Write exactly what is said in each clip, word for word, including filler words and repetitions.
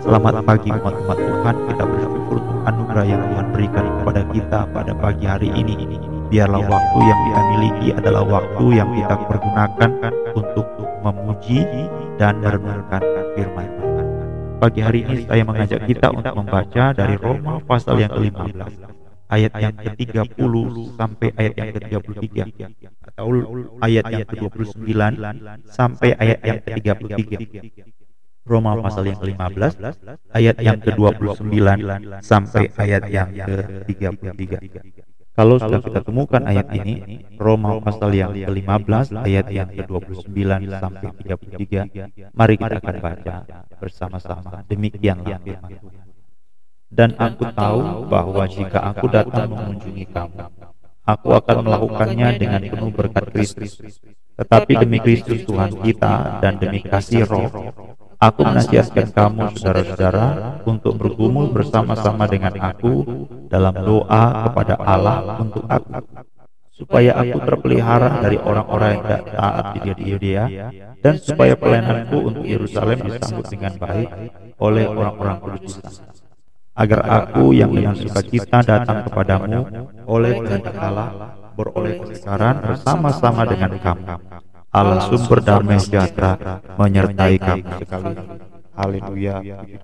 Selamat pagi umat-umat Tuhan. Kita bersyukur untuk anugerah yang Tuhan berikan kepada kita pada pagi hari ini. Biarlah waktu yang kita miliki adalah waktu yang kita pergunakan untuk memuji dan merenungkan firman Tuhan. Pagi hari ini saya mengajak kita untuk membaca dari Roma pasal yang kelima belas, ayat yang ke tiga puluh sampai ayat yang ke tiga puluh tiga, atau ayat yang ke dua puluh sembilan sampai ayat yang ke tiga puluh tiga. Roma pasal yang kelima belas, ayat yang ke dua puluh sembilan sampai ayat yang ke tiga puluh tiga. Kalau sudah kita temukan ayat ini, Roma pasal yang kelima belas, ayat yang ke dua puluh sembilan sampai tiga puluh tiga, mari kita akan baca bersama-sama. Demikianlah firman Tuhan. Dan aku tahu bahwa jika aku datang mengunjungi kamu, aku akan melakukannya dengan penuh berkat Kristus. Tetapi demi Kristus Tuhan kita dan demi kasih Roh, aku menasihatkan kamu saudara-saudara untuk bergumul bersama-sama dengan aku dalam doa kepada Allah untuk aku, supaya aku terpelihara dari orang-orang yang tidak taat di Yudea, dan supaya pelayananku untuk Yerusalem disambut dengan baik oleh orang-orang kudus, agar aku yang dengan sukacita datang kepadamu oleh kehendak Allah beroleh kesegaran bersama-sama dengan kamu. Allah sumber damai sejahtera menyertai kamu sekalian. Haleluya.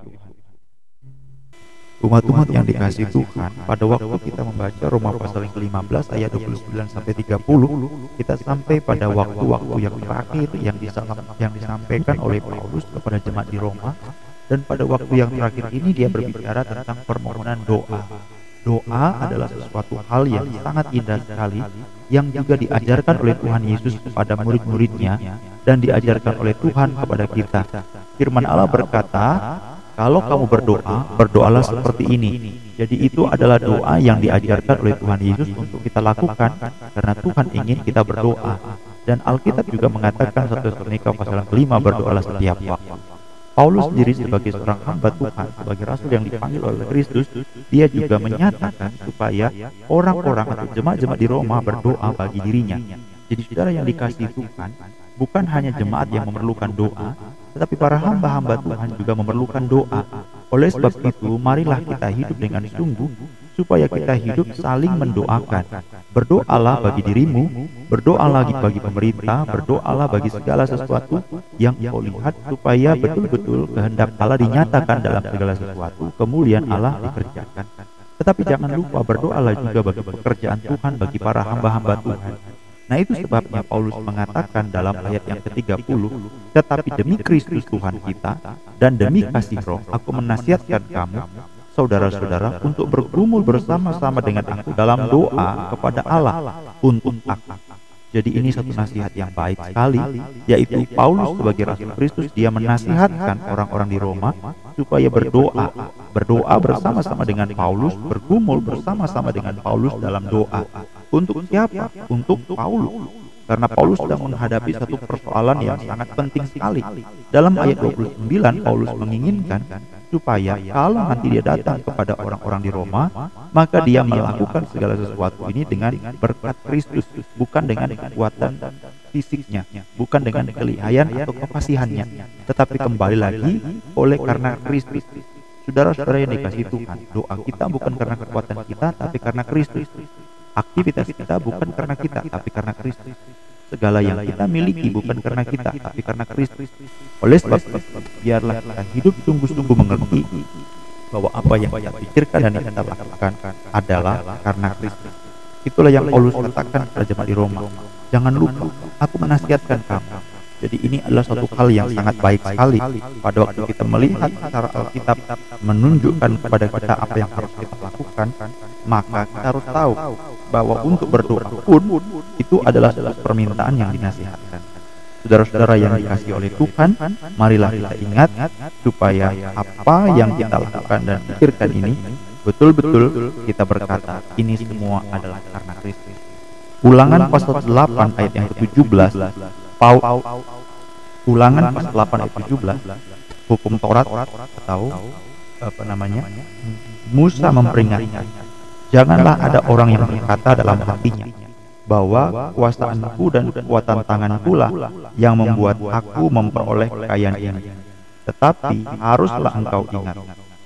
Umat-umat yang dikasihi Tuhan, pada waktu kita membaca Roma pasal yang kelima belas ayat dua puluh sembilan sampai tiga puluh, kita sampai pada waktu-waktu yang terakhir yang, yang disampaikan oleh Paulus kepada jemaat di Roma. Dan pada waktu yang terakhir ini dia berbicara tentang permohonan doa. Doa adalah sesuatu hal yang sangat indah sekali, yang juga diajarkan oleh Tuhan Yesus kepada murid-muridnya dan diajarkan oleh Tuhan kepada kita. Firman Allah berkata, kalau kamu berdoa, berdoalah seperti ini. Jadi itu adalah doa yang diajarkan oleh Tuhan Yesus untuk kita lakukan, karena Tuhan ingin kita berdoa. Dan Alkitab juga mengatakan satu Tesalonika pasal kelima, berdoalah setiap waktu. Paulus sendiri sebagai seorang hamba Tuhan, sebagai rasul yang dipanggil oleh Kristus, dia juga menyatakan supaya orang-orang atau jemaat-jemaat di Roma berdoa bagi dirinya. Jadi saudara yang dikasihi Tuhan, bukan hanya jemaat yang memerlukan doa, tetapi para hamba-hamba Tuhan juga memerlukan doa. Oleh sebab itu, marilah kita hidup dengan sungguh, supaya kita hidup saling mendoakan. Berdoalah bagi dirimu, berdoalah bagi pemerintah, berdoalah bagi segala sesuatu yang kau lihat, supaya betul-betul kehendak Allah dinyatakan dalam segala sesuatu, kemuliaan Allah dikerjakan. Tetapi jangan lupa berdoalah juga bagi pekerjaan Tuhan, bagi para hamba-hamba Tuhan. Nah, itu sebabnya Paulus mengatakan dalam ayat yang ke tiga puluh, tetapi demi Kristus Tuhan kita dan demi kasih Roh, aku menasihatkan kamu saudara-saudara untuk bergumul bersama-sama dengan aku dalam doa kepada Allah untuk aku. Jadi ini satu nasihat yang baik sekali, yaitu Paulus sebagai rasul Kristus, dia menasihatkan orang-orang di Roma supaya berdoa, berdoa bersama-sama dengan Paulus, bergumul bersama-sama dengan Paulus dalam doa. Untuk siapa? Untuk Paulus. Karena Paulus sedang menghadapi satu persoalan yang sangat penting sekali. Dalam ayat dua puluh sembilan, Paulus menginginkan supaya kalau nanti dia datang kepada orang-orang di Roma, maka dia melakukan segala sesuatu ini dengan berkat Kristus, bukan dengan kekuatan fisiknya, bukan dengan kelihayan atau kefasihannya, tetapi kembali lagi oleh karena Kristus. Saudara-saudara yang dikasihi Tuhan, doa kita bukan karena kekuatan kita, tapi karena Kristus. Aktivitas kita bukan karena kita, tapi karena Kristus. Segala yang kita miliki bukan karena kita, tapi karena Kristus. Oleh sebab itu, biarlah kita hidup sungguh-sungguh mengerti bahwa apa yang kita pikirkan dan yang kita lakukan adalah karena Kristus. Itulah yang Paulus katakan kepada jemaat di Roma. Jangan lupa, aku menasihatkan kamu. Jadi ini adalah satu hal yang sangat baik sekali. Pada waktu kita melihat secara Alkitab menunjukkan kepada kita apa yang harus kita lakukan, maka kita harus tahu bahwa untuk berdoa pun itu adalah sebuah permintaan yang dinasihatkan. Saudara-saudara yang dikasihi oleh Tuhan, marilah kita ingat supaya apa yang kita lakukan dan pikirkan ini betul-betul kita berkata, ini semua adalah karena Kristus. Ulangan pasal delapan ayat yang ke tujuh belas, Paul, Ulangan pasal delapan ayat tujuh belas, hukum Taurat atau apa namanya, Musa memperingatkan, janganlah ada orang yang berkata dalam hatinya bahwa kuasaanku dan kekuatan tanganku lah yang membuat aku memperoleh kekayaan ini. Tetapi haruslah engkau ingat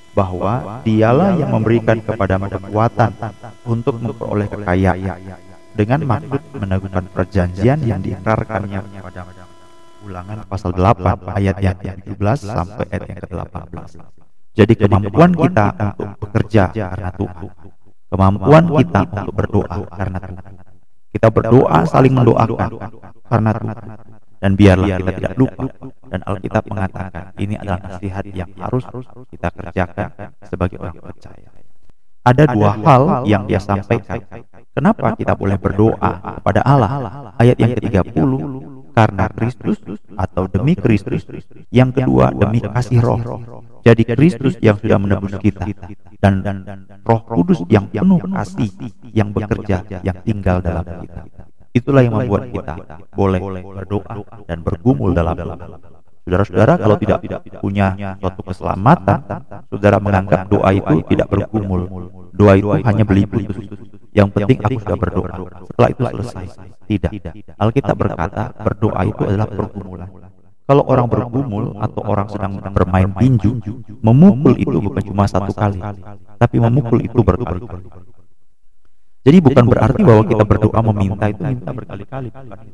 bahwa dialah yang memberikan kepadamu kekuatan untuk memperoleh kekayaan dengan maksud meneguhkan perjanjian yang diikrarkannya kepadamu. Ulangan pasal delapan ayat yang ke tujuh belas sampai ayat yang ke delapan belas. Jadi kemampuan kita untuk bekerja karena Tuhan, kemampuan kita untuk berdoa karena Tuhan. Kita berdoa saling mendoakan karena Tuhan. Dan biarlah kita tidak lupa, dan Alkitab mengatakan ini adalah nasihat yang harus kita kerjakan sebagai orang percaya. Ada dua hal yang dia sampaikan. Kenapa kita boleh berdoa kepada Allah? Ayat yang ke tiga puluh, karena Kristus atau demi Kristus. Yang kedua, demi kasih roh. Jadi Kristus yang sudah menebus kita, dan Roh Kudus yang penuh kasih, yang bekerja, yang tinggal dalam kita. Itulah yang membuat kita boleh berdoa dan bergumul dalam doa. Saudara-saudara, kalau tidak punya suatu keselamatan, saudara menganggap doa itu tidak bergumul. Doa itu hanya beli putus. Yang penting aku sudah berdoa, setelah itu selesai. Tidak. Alkitab berkata berdoa itu adalah pergumulan. Kalau orang bergumul atau orang sedang bermain tinju, memukul itu bukan cuma satu kali, tapi memukul itu berkali-kali. Jadi bukan berarti bahwa kita berdoa meminta itu minta berkali-kali,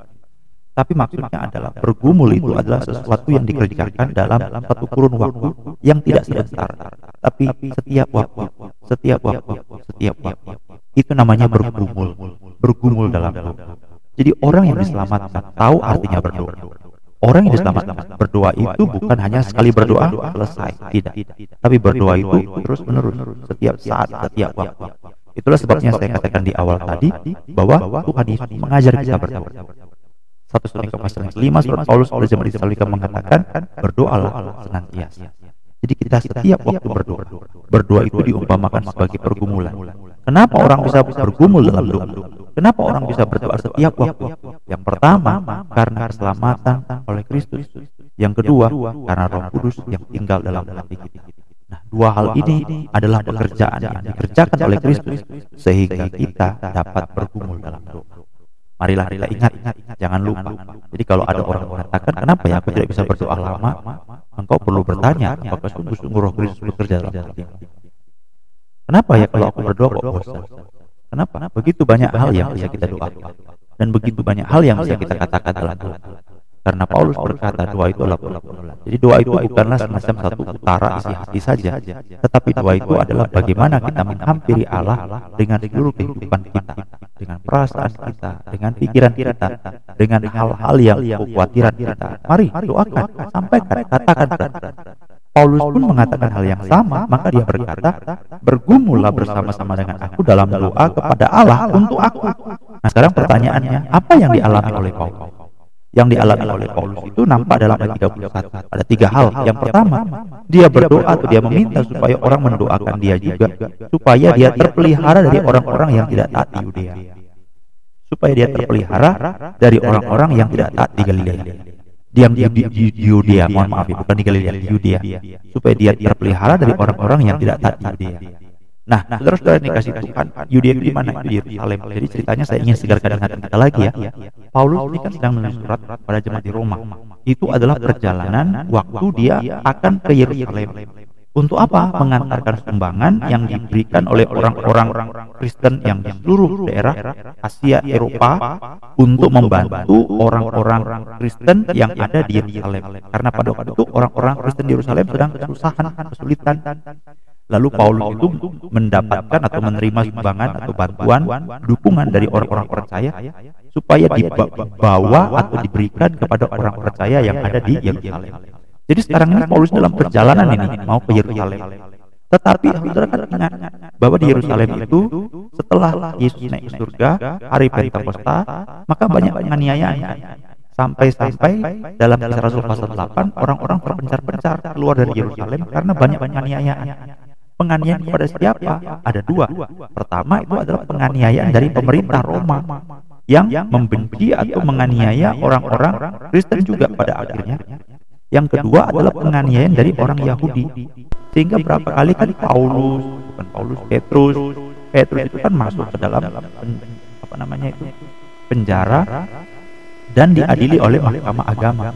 tapi maksudnya adalah bergumul itu adalah sesuatu yang dikerjakan dalam satu kurun waktu yang tidak sebentar, tapi setiap waktu, setiap waktu, setiap waktu. Itu namanya bergumul, bergumul dalam doa. Jadi orang yang diselamatkan tahu artinya berdoa. Orang yang diselamatkan berdoa itu bukan hanya sekali berdoa selesai, tidak, tapi berdoa itu terus menerus, setiap saat, setiap waktu. Itulah sebabnya saya katakan di awal tadi bahwa Tuhan Yesus mengajar kita berdoa. satu Tesalonika pasal yang kelima, surat Paulus oleh jemaat Tesalonika mengatakan berdoalah senantiasa. Jadi kita setiap waktu berdoa. Berdoa itu diumpamakan sebagai pergumulan. Kenapa orang bisa bergumul dalam doa? Kenapa orang bisa berdoa setiap waktu? Yang pertama, karena keselamatan oleh Kristus. Yang kedua, karena Roh Kudus yang tinggal dalam hati kita. Nah, dua hal ini adalah pekerjaan yang dikerjakan oleh Kristus sehingga kita dapat bergumul dalam doa. Marilah kita ingat, jangan lupa. Jadi kalau ada orang mengatakan, kenapa ya aku tidak bisa berdoa lama? Engkau perlu bertanya, apakah sungguh-sungguh Roh Kristus bekerja dalam hati? Kenapa ya kalau aku berdoa kok bosan? Kenapa? Begitu banyak hal yang bisa kita doakan, dan begitu banyak hal yang bisa kita katakan dalam doa. Karena Paulus berkata doa itu adalah pergumulan. Jadi doa itu bukanlah semacam satu utara isi hati saja, tetapi doa itu adalah bagaimana kita menghampiri Allah dengan seluruh kehidupan kita, dengan perasaan kita, dengan pikiran kita, dengan hal-hal yang kekhawatiran kita. Mari doakan, sampaikan, katakan. Paulus pun mengatakan hal yang sama, maka dia berkata, bergumullah bersama-sama dengan aku dalam doa kepada Allah untuk aku. Nah, sekarang pertanyaannya, apa yang dialami oleh Paulus? Yang dialami oleh Paulus itu nampak dalam ayat tiga puluh satu. Ada tiga hal. Yang pertama, dia berdoa atau dia meminta supaya orang mendoakan dia juga, supaya dia terpelihara dari orang-orang yang tidak taat di Yudea. Supaya dia terpelihara dari orang-orang yang tidak taat di Galilea. Yang di, di, di, di Yudea, mohon maaf ya, bukan di Galilea, di Yudea. Supaya dia terpelihara dari orang-orang yang tidak taat di Yudea. Nah, saudara-saudara yang dikasih Tuhan, Yudea itu di mana? Itu di Yerusalem. Jadi ceritanya saya ingin segarkan ingatan kita lagi ya. Paulus ini kan sedang menulis surat pada jemaat di Roma. Itu adalah perjalanan waktu dia akan ke Yerusalem. Untuk apa? Mengantarkan sumbangan yang diberikan oleh orang-orang Kristen yang di seluruh daerah Asia, Eropa, untuk membantu orang-orang Kristen yang ada di Yerusalem. Karena pada waktu itu orang-orang Kristen di Yerusalem sedang kesusahan, kesulitan. Lalu Paulus itu mendapatkan atau menerima sumbangan atau bantuan, dukungan dari orang-orang percaya supaya dibawa atau diberikan kepada orang percaya yang ada di Yerusalem. Jadi sekarang ini Paulus dalam perjalanan ini mau ke Yerusalem. Tetapi saudara kan ingat bahwa di Yerusalem itu setelah Yesus naik ke surga hari Pentakosta, maka banyak penganiayaan. Sampai-sampai dalam Kisah Rasul pasal delapan orang-orang terpencar-pencar keluar dari Yerusalem karena banyak penganiayaan. Penganiayaan kepada siapa? Ada dua. Pertama itu adalah penganiayaan dari pemerintah Roma yang membenci atau menganiaya orang-orang Kristen juga pada akhirnya. Yang kedua adalah penganiayaan dari orang Yahudi. Sehingga berapa kali kan Paulus, bukan Paulus, Petrus, Petrus itu kan masuk ke dalam apa namanya itu penjara dan diadili oleh mahkamah agama.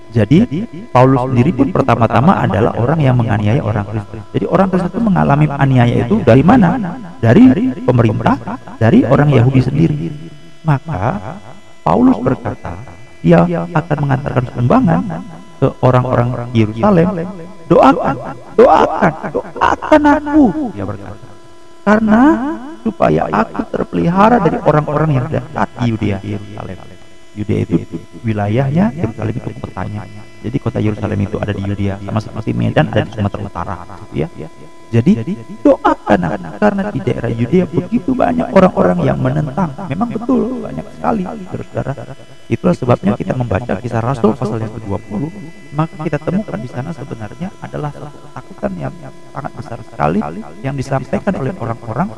Jadi Paulus sendiri pun pertama-tama adalah orang yang menganiaya orang Kristen. Jadi orang Kristen itu mengalami aniaya itu dari mana? Dari pemerintah, dari orang Yahudi sendiri. Maka Paulus berkata, dia akan mengantarkan sumbangan ke orang-orang Yerusalem. Doakan, doakan, doakan aku, dia berkata. Karena supaya aku terpelihara dari orang-orang yang dekat Yudea, Yerusalem. Yudea itu wilayahnya, Yerusalem itu kotanya. Jadi kota Yerusalem itu ada di Yudea, sama seperti Medan ada di Sumatera Utara, gitu ya. Jadi doakan karena di daerah Yudea begitu banyak orang-orang yang menentang. Memang betul banyak sekali, saudara. Itulah sebabnya kita membaca Kisah Rasul pasal yang kedua puluh, maka kita temukan di sana sebenarnya adalah satu ketakutan yang sangat besar sekali yang disampaikan oleh orang-orang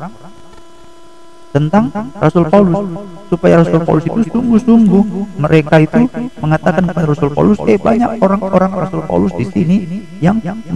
tentang Rasul Paulus, supaya Rasul Paulus itu sungguh-sungguh. Mereka itu mengatakan kepada Rasul Paulus, eh banyak orang-orang Rasul Paulus di sini yang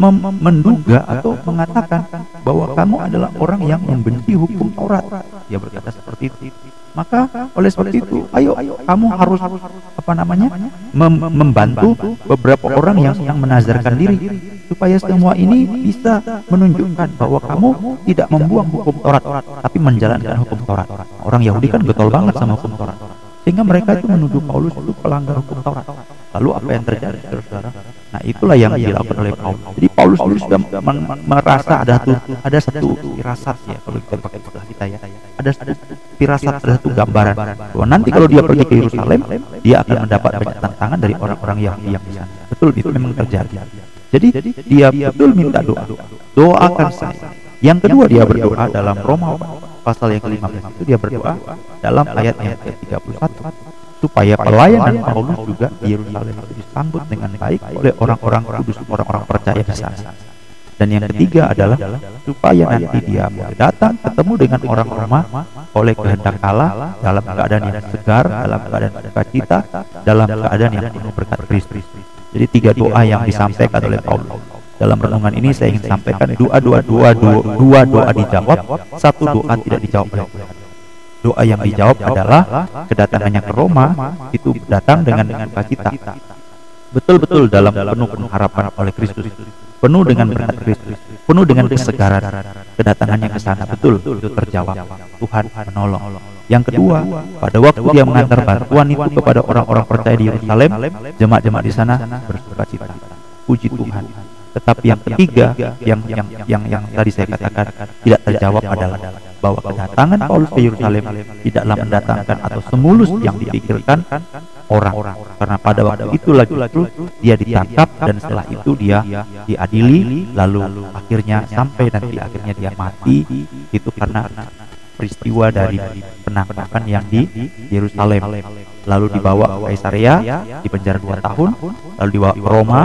menduga atau mengatakan bahwa kamu adalah orang yang membenci hukum Taurat. Dia berkata seperti itu. Maka oleh sebab itu, ayo kamu harus apa namanya mem membantu beberapa orang yang yang menazarkan diri, supaya semua ini bisa menunjukkan bahwa kamu tidak membuang hukum Taurat, tapi menjalankan hukum Taurat. Orang Yahudi kan getol banget sama hukum Taurat, sehingga mereka itu menuduh Paulus itu pelanggar hukum Taurat. Lalu apa yang terjadi, saudara? Nah, itulah yang dilakukan oleh Paulus. Jadi Paulus dulu sudah merasa ada tuh ada satu firasat, ya kalau kita pakai istilah kita ya, ada satu firasat, ada satu gambaran bahwa nanti kalau dia pergi ke Yerusalem, dia akan mendapat banyak tantangan dari orang-orang Yahudi yang di sana. Betul, itu memang terjadi. Jadi dia betul minta doa, doakan saya. Yang kedua, dia berdoa dalam Roma pasal yang kelima belas itu, dia berdoa dalam ayat yang ke tiga puluh satu, supaya pelayanan Paulus juga di Yerusalem itu disambut dengan baik oleh orang-orang kudus, orang-orang percaya di sana. Dan yang ketiga adalah supaya nanti dia boleh datang ketemu dengan orang Roma oleh kehendak Allah dalam keadaan yang segar, dalam keadaan sukacita, dalam keadaan yang penuh berkat Kristus. Jadi tiga doa yang disampaikan oleh Paulus. Dalam renungan ini saya ingin sampaikan dua dua dua dua dua doa dijawab, satu doa tidak dijawab oleh Tuhan. Doa yang dijawab adalah kedatangannya ke Roma itu datang dengan dengan sukacita, betul-betul dalam penuh pengharapan oleh Kristus, penuh dengan berkat Kristus, penuh dengan kesegaran. Kedatangannya ke sana betul itu terjawab, Tuhan menolong. Yang kedua, pada waktu dia mengantar bantuan itu kepada orang-orang percaya di Yerusalem, jemaat-jemaat di sana bersukacita, puji Tuhan. Tetapi yang ketiga, yang yang yang yang tadi saya katakan tidak terjawab adalah bahwa kedatangan Paulus ke Yerusalem tidaklah mendatangkan atau semulus yang dipikirkan orang. Karena pada waktu itu lagi dia ditangkap, dan setelah itu dia diadili, lalu akhirnya sampai nanti akhirnya dia mati itu karena peristiwa dari penangkapan yang di Yerusalem. Lalu dibawa ke Kaisarea, dipenjara dua tahun, lalu dibawa ke Roma,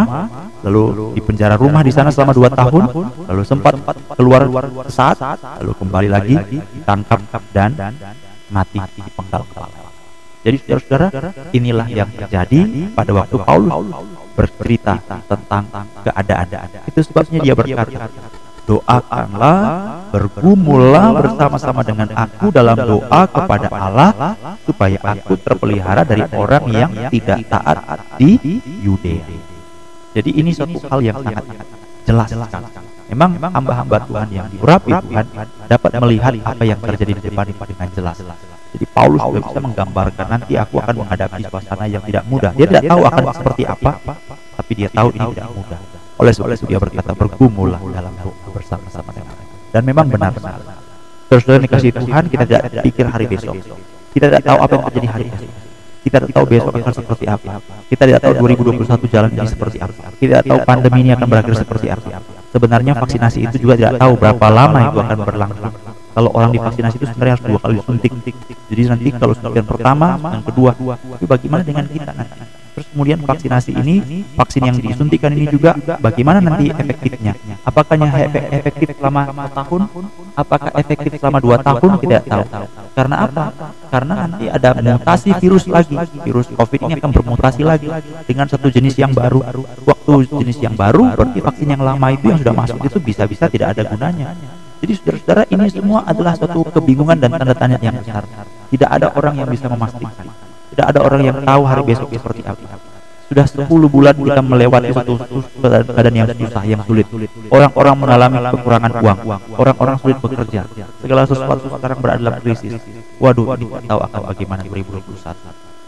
lalu dipenjara rumah di sana selama dua tahun, lalu sempat keluar saat, lalu kembali lagi ditangkap dan mati di penggal kepala. Jadi saudara-saudara, inilah yang terjadi pada waktu Paulus bercerita tentang keadaan. Itu sebabnya dia berkata, doakanlah, bergumullah bersama-sama dengan aku dalam doa kepada Allah, supaya aku terpelihara dari orang yang tidak taat di Yudea. Jadi ini suatu hal yang sangat jelas sekali. Memang hamba-hamba Tuhan yang diurapi Tuhan dapat melihat apa yang terjadi di depan dengan jelas. Jadi Paulus juga bisa menggambarkan, nanti aku akan menghadapi suasana yang tidak mudah. Dia tidak tahu akan seperti apa, tapi dia tahu ini tidak mudah. Oleh sebab itu dia berkata, bergumullah dalam doa bersama-sama dengan aku. Dan memang benar sekali. Terus-terus dikasih Tuhan, kita tidak pikir hari besok. Kita tidak tahu apa yang terjadi hari esok. Kita tidak tahu besok akan seperti apa. Kita tidak tahu dua ribu dua puluh satu jalan ini seperti apa. Kita tidak tahu pandemi ini akan berakhir seperti apa. Sebenarnya vaksinasi itu juga tidak tahu berapa lama itu akan berlangsung. Kalau orang divaksinasi itu sebenarnya harus dua kali suntik. Jadi nanti kalau suntikan pertama dan kedua, itu bagaimana dengan kita nanti? Terus kemudian vaksinasi ini, vaksin yang disuntikan ini juga bagaimana nanti efektifnya? Apakah efektif selama satu tahun? Apakah efektif selama dua tahun? Tidak tahu. Karena apa? Karena nanti ada mutasi virus lagi. Virus COVID ini akan bermutasi lagi dengan satu jenis yang baru. Waktu jenis yang baru, berarti vaksin yang lama itu yang sudah masuk itu bisa-bisa tidak ada gunanya. Jadi saudara-saudara, ini semua adalah suatu kebingungan dan tanda tanya yang besar. Tidak ada orang yang bisa memastikan. Tidak ada orang yang tahu hari besok seperti apa. Sudah sepuluh bulan kita melewati satu keadaan yang susah, yang sulit. Orang-orang mengalami kekurangan uang, orang-orang sulit bekerja. Segala sesuatu sekarang berada dalam krisis. Waduh, ini tidak tahu akan bagaimana dua ribu dua puluh satu.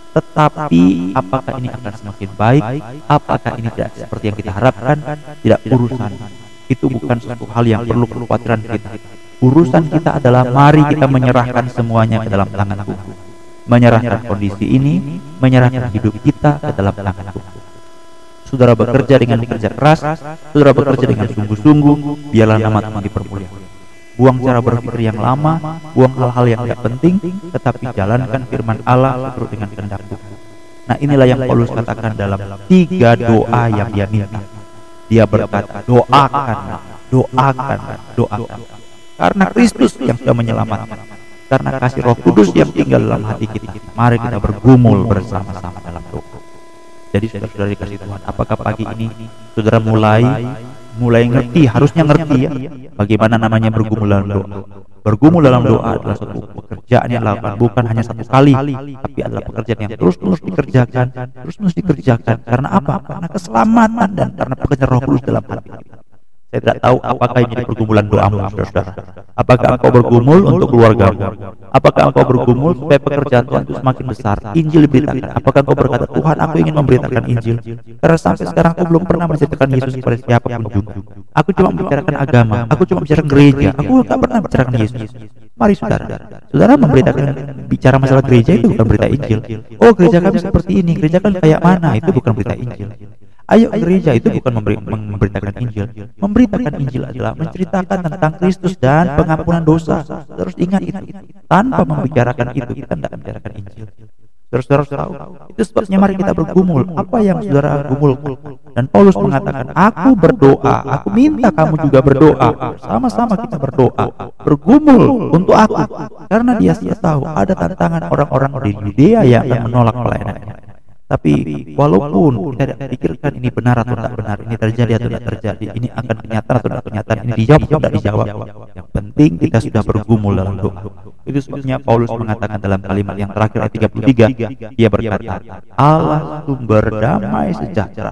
Tetapi apakah ini akan semakin baik? Apakah ini tidak seperti yang kita harapkan? Tidak, urusan itu bukan suatu hal yang perlu kekhawatiran kita. Urusan kita adalah mari kita menyerahkan semuanya ke dalam tangan Tuhan. Menyerahkan kondisi ini, menyerahkan hidup kita ke dalam tangan Tuhan. Saudara bekerja dengan kerja keras, saudara bekerja dengan sungguh-sungguh, biarlah nama Tuhan dipermuliakan. Buang cara berpikir yang lama, buang hal-hal yang tidak penting, tetapi jalankan firman Allah sesuai dengan kehendak Tuhan. Nah, inilah yang Paulus katakan dalam tiga doa yang dia minta. Dia berkata, doakan, doakan, doakan. Karena Kristus yang sudah menyelamatkan, karena kasih Roh Kudus yang tinggal dalam hati kita, mari kita bergumul bersama-sama dalam doa. Jadi saudara-saudara dikasih Tuhan, apakah pagi ini saudara mulai mulai ngerti, harusnya ngerti ya, bagaimana namanya bergumul dalam doa. Bergumul dalam doa adalah suatu pekerjaan yang dilakukan bukan hanya satu kali, tapi adalah pekerjaan yang terus-terus dikerjakan, terus-terus dikerjakan. Karena apa? Karena keselamatan dan karena pekerjaan Roh Kudus dalam hati kita. Saya tidak tahu apakah ini pergumulan doamu, saudara-saudara. Apakah engkau bergumul untuk keluargamu? Apakah engkau bergumul supaya pekerjaan Tuhan itu semakin besar, Injil diberitakan? Apakah engkau berkata, Tuhan, aku ingin memberitakan Injil, karena sampai sekarang aku belum pernah menceritakan Yesus kepada siapapun juga. Aku cuma membicarakan agama, aku cuma bicara gereja, aku tak pernah bicarakan Yesus. Mari saudara, saudara memberitakan, bicara masalah gereja itu bukan berita Injil. Oh, gereja kami seperti ini, gereja kan kayak mana, itu bukan berita Injil. Ayo, gereja itu bukan memberi, memberitakan Injil. Memberitakan Injil adalah menceritakan tentang Kristus dan pengampunan dosa. Terus ingat itu. Tanpa membicarakan itu, kita tidak membicarakan Injil. Terus terus tahu. Itu sebabnya mari kita bergumul. Apa yang saudara gumulkan? Dan Paulus mengatakan, aku berdoa, aku minta kamu juga berdoa. Sama-sama kita berdoa, bergumul untuk aku. Karena dia sudah tahu ada tantangan orang-orang di Yudea yang akan menolak pelayanannya. Tapi walaupun kita tidak pikirkan ini benar atau tidak benar, ini terjadi atau tidak terjadi, ini akan kenyataan atau tidak kenyataan, ini dijawab atau tidak dijawab, yang penting kita sudah bergumul dalam doa. Itu sebabnya Paulus mengatakan dalam kalimat yang terakhir ayat tiga puluh tiga, dia berkata, Allah sumber damai sejahtera,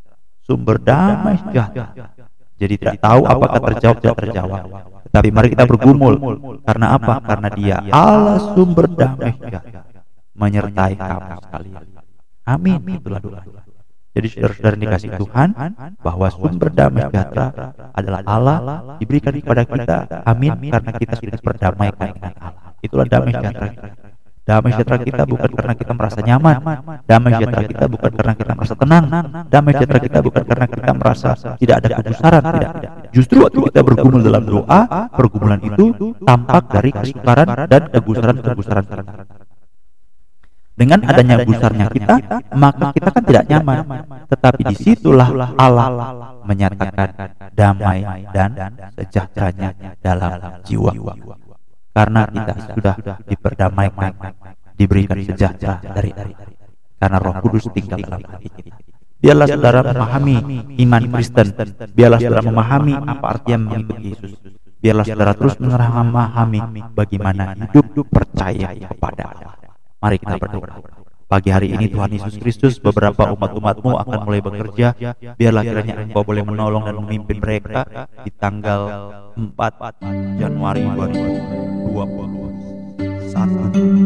sumber damai sejahtera. Jadi tidak tahu apakah terjawab atau tidak terjawab, tetapi mari kita bergumul. Karena apa? Karena dia Allah sumber damai sejahtera menyertai kamu sekalian. Amin, itulah doa. Jadi saudara-saudara dikasih Tuhan, bahwa sumber damai sejahtera adalah Allah diberikan kepada kita. Amin, karena kita sudah berdamaikan dengan Allah. Itulah damai sejahtera kita. Damai sejahtera kita bukan karena kita merasa nyaman. Damai sejahtera kita bukan karena kita merasa tenang. Damai sejahtera kita bukan karena kita merasa tidak ada kegusaran. Tidak. Justru waktu kita bergumul dalam doa, pergumulan itu tampak dari kesukaran dan kegusaran-kegusaran kita. Dengan adanya gusarnya kita, maka kita kan tidak nyaman. Tetapi disitulah Allah menyatakan damai dan sejahteranya dalam jiwa. Karena kita sudah diperdamaikan, diberikan sejahtera dari Allah. Karena Roh Kudus tinggal dalam hati kita. Biarlah saudara memahami iman Kristen. Biarlah saudara memahami apa artinya mengikuti Yesus. Biarlah saudara terus memahami bagaimana hidup percaya kepada Allah. Mari kita berdoa. Pagi hari ini Tuhan Yesus Kristus, beberapa umat-umatmu akan mulai bekerja. Biarlah kiranya Engkau boleh menolong dan memimpin mereka di tanggal empat Januari dua ribu dua puluh satu.